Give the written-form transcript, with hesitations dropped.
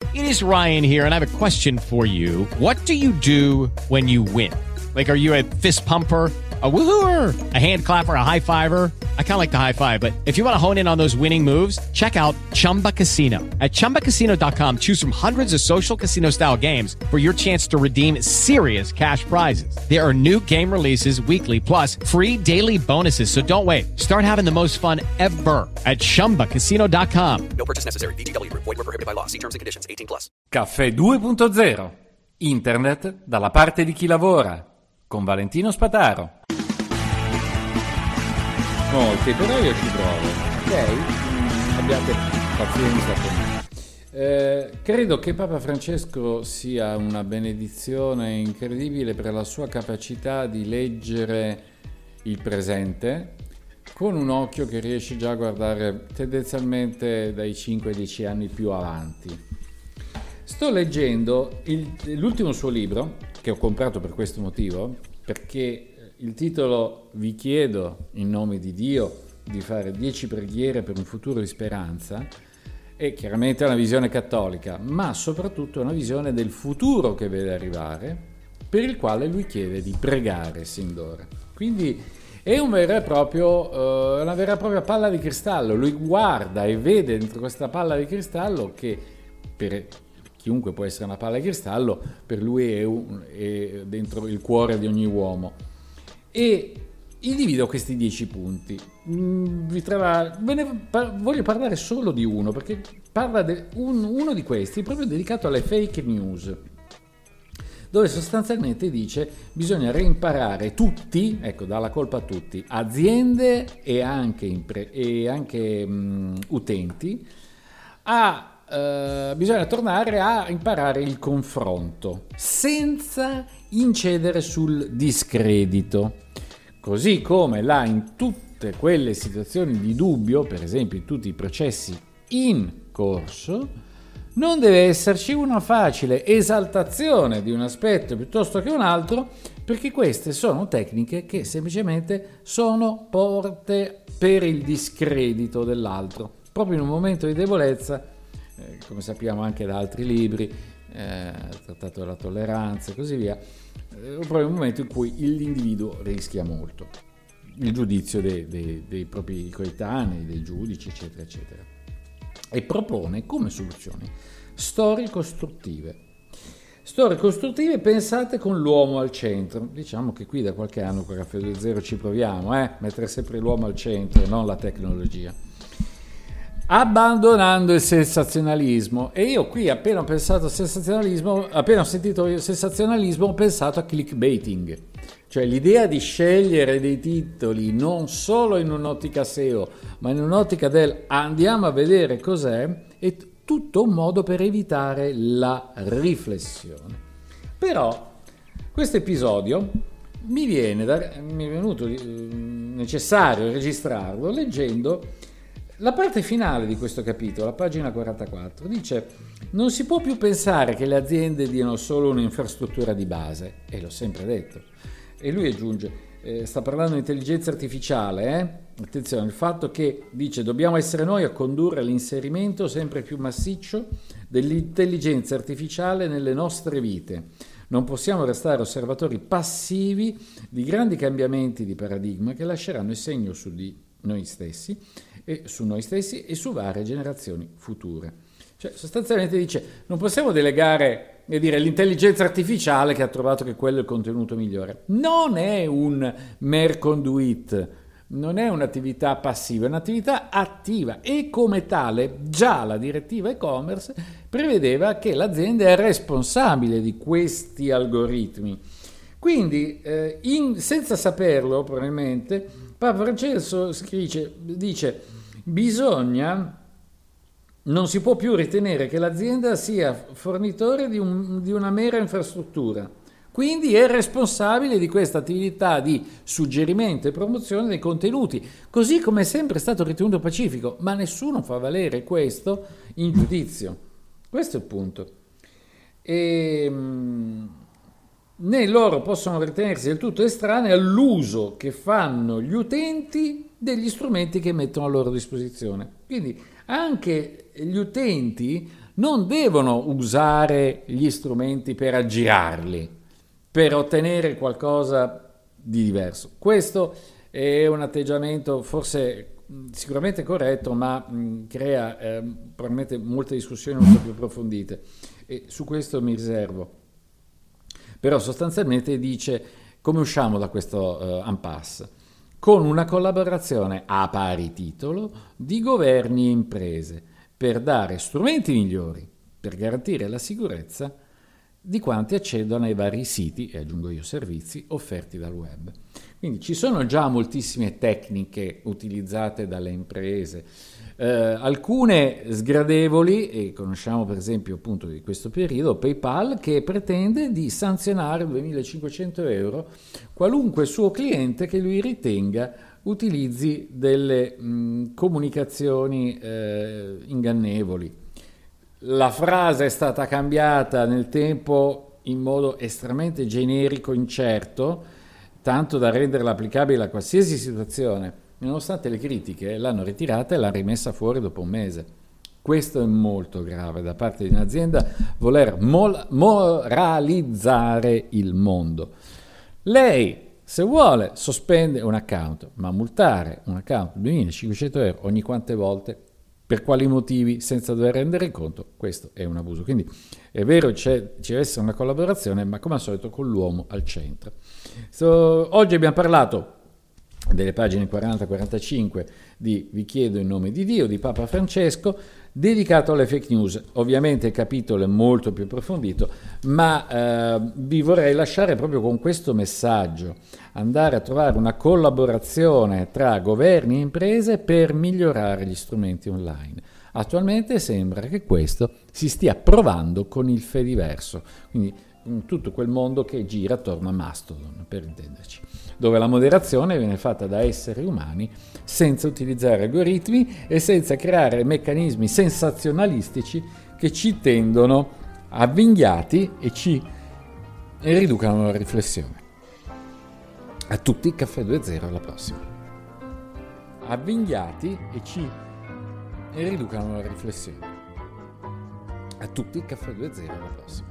It is Ryan here, and I have a question for you. What do you do when you win? Like, are you a fist pumper, a woohooer, a hand clapper, a high fiver? I kind of like the high five, but if you want to hone in on those winning moves, check out Chumba Casino. At ChumbaCasino.com, choose from hundreds of social casino style games for your chance to redeem serious cash prizes. There are new game releases weekly, plus free daily bonuses. So don't wait. Start having the most fun ever at ChumbaCasino.com. No purchase necessary. VGW Group. Void where prohibited by law. See terms and conditions. 18+. Caffè 2.0. Internet dalla parte di chi lavora. Con Valentino Spataro. Molti, però io ci provo, ok? Abbiate pazienza con me. Credo che Papa Francesco sia una benedizione incredibile per la sua capacità di leggere il presente con un occhio che riesce già a guardare tendenzialmente dai 5 ai 10 anni più avanti. Sto leggendo l'ultimo suo libro, che ho comprato per questo motivo, perché il titolo "Vi chiedo in nome di Dio di fare 10 preghiere per un futuro di speranza" è chiaramente una visione cattolica, ma soprattutto una visione del futuro che vede arrivare, per il quale lui chiede di pregare sin d'ora. Quindi è una vera e propria palla di cristallo. Lui guarda e vede dentro questa palla di cristallo, che per chiunque può essere una palla di cristallo, per lui è dentro il cuore di ogni uomo. E individuo questi 10 punti. Voglio parlare solo di uno, perché parla uno di questi proprio dedicato alle fake news, dove sostanzialmente dice bisogna reimparare tutti, ecco, dà la colpa a tutti, aziende e anche utenti, bisogna tornare a imparare il confronto senza incedere sul discredito, così come in tutte quelle situazioni di dubbio, per esempio in tutti i processi in corso, non deve esserci una facile esaltazione di un aspetto piuttosto che un altro, perché queste sono tecniche che semplicemente sono porte per il discredito dell'altro, proprio in un momento di debolezza, come sappiamo anche da altri libri, il Trattato della Tolleranza e così via, proprio in un momento in cui l'individuo rischia molto il giudizio dei propri coetanei, dei giudici, eccetera, eccetera. E propone come soluzioni storie costruttive pensate con l'uomo al centro. Diciamo che qui da qualche anno con Caffè 2.0 ci proviamo, mettere sempre l'uomo al centro, non la tecnologia, abbandonando il sensazionalismo. E io qui appena ho sentito il sensazionalismo ho pensato a clickbaiting, cioè l'idea di scegliere dei titoli non solo in un'ottica SEO, ma in un'ottica del andiamo a vedere cos'è, è tutto un modo per evitare la riflessione. Però questo episodio mi è venuto necessario registrarlo leggendo la parte finale di questo capitolo, la pagina 44. Dice: non si può più pensare che le aziende diano solo un'infrastruttura di base, e l'ho sempre detto. E lui aggiunge, sta parlando di intelligenza artificiale, attenzione, il fatto che dice dobbiamo essere noi a condurre l'inserimento sempre più massiccio dell'intelligenza artificiale nelle nostre vite. Non possiamo restare osservatori passivi di grandi cambiamenti di paradigma che lasceranno il segno su noi stessi e su varie generazioni future. Cioè, sostanzialmente dice, non possiamo delegare e dire l'intelligenza artificiale che ha trovato che quello è il contenuto migliore. Non è un mer conduit, non è un'attività passiva, è un'attività attiva, e come tale già la direttiva e-commerce prevedeva che l'azienda è responsabile di questi algoritmi. Quindi, senza saperlo probabilmente, Papa Francesco dice non si può più ritenere che l'azienda sia fornitore di una mera infrastruttura, quindi è responsabile di questa attività di suggerimento e promozione dei contenuti, così come è sempre stato ritenuto pacifico, ma nessuno fa valere questo in giudizio. Questo è il punto. Né loro possono ritenersi del tutto estranei all'uso che fanno gli utenti degli strumenti che mettono a loro disposizione. Quindi anche gli utenti non devono usare gli strumenti per aggirarli, per ottenere qualcosa di diverso. Questo è un atteggiamento forse sicuramente corretto, ma crea probabilmente molte discussioni molto più approfondite, e su questo mi riservo. Però sostanzialmente dice: come usciamo da questo impasse? Con una collaborazione a pari titolo di governi e imprese per dare strumenti migliori per garantire la sicurezza di quanti accedono ai vari siti, e aggiungo io servizi, offerti dal web. Quindi ci sono già moltissime tecniche utilizzate dalle imprese, alcune sgradevoli, e conosciamo per esempio appunto di questo periodo PayPal, che pretende di sanzionare 2.500 euro qualunque suo cliente che lui ritenga utilizzi delle comunicazioni ingannevoli. La frase è stata cambiata nel tempo in modo estremamente generico, incerto, tanto da renderla applicabile a qualsiasi situazione. Nonostante le critiche, l'hanno ritirata e l'hanno rimessa fuori dopo un mese. Questo è molto grave da parte di un'azienda, voler moralizzare il mondo. Lei, se vuole, sospende un account, ma multare un account 2.500 euro ogni quante volte, per quali motivi, senza dover rendere conto, questo è un abuso. Quindi è vero, ci deve essere una collaborazione, ma come al solito con l'uomo al centro. Oggi abbiamo parlato delle pagine 40-45 di Vi chiedo in nome di Dio, di Papa Francesco, dedicato alle fake news. Ovviamente il capitolo è molto più approfondito, ma vi vorrei lasciare proprio con questo messaggio: andare a trovare una collaborazione tra governi e imprese per migliorare gli strumenti online. Attualmente sembra che questo si stia provando con il Fediverso, quindi tutto quel mondo che gira attorno a Mastodon, per intenderci, dove la moderazione viene fatta da esseri umani senza utilizzare algoritmi e senza creare meccanismi sensazionalistici che ci tendono avvinghiati e ci riducano alla riflessione. A tutti, Caffè 2.0, alla prossima. Avvinghiati e ci riducano alla riflessione. A tutti, Caffè 2.0, alla prossima.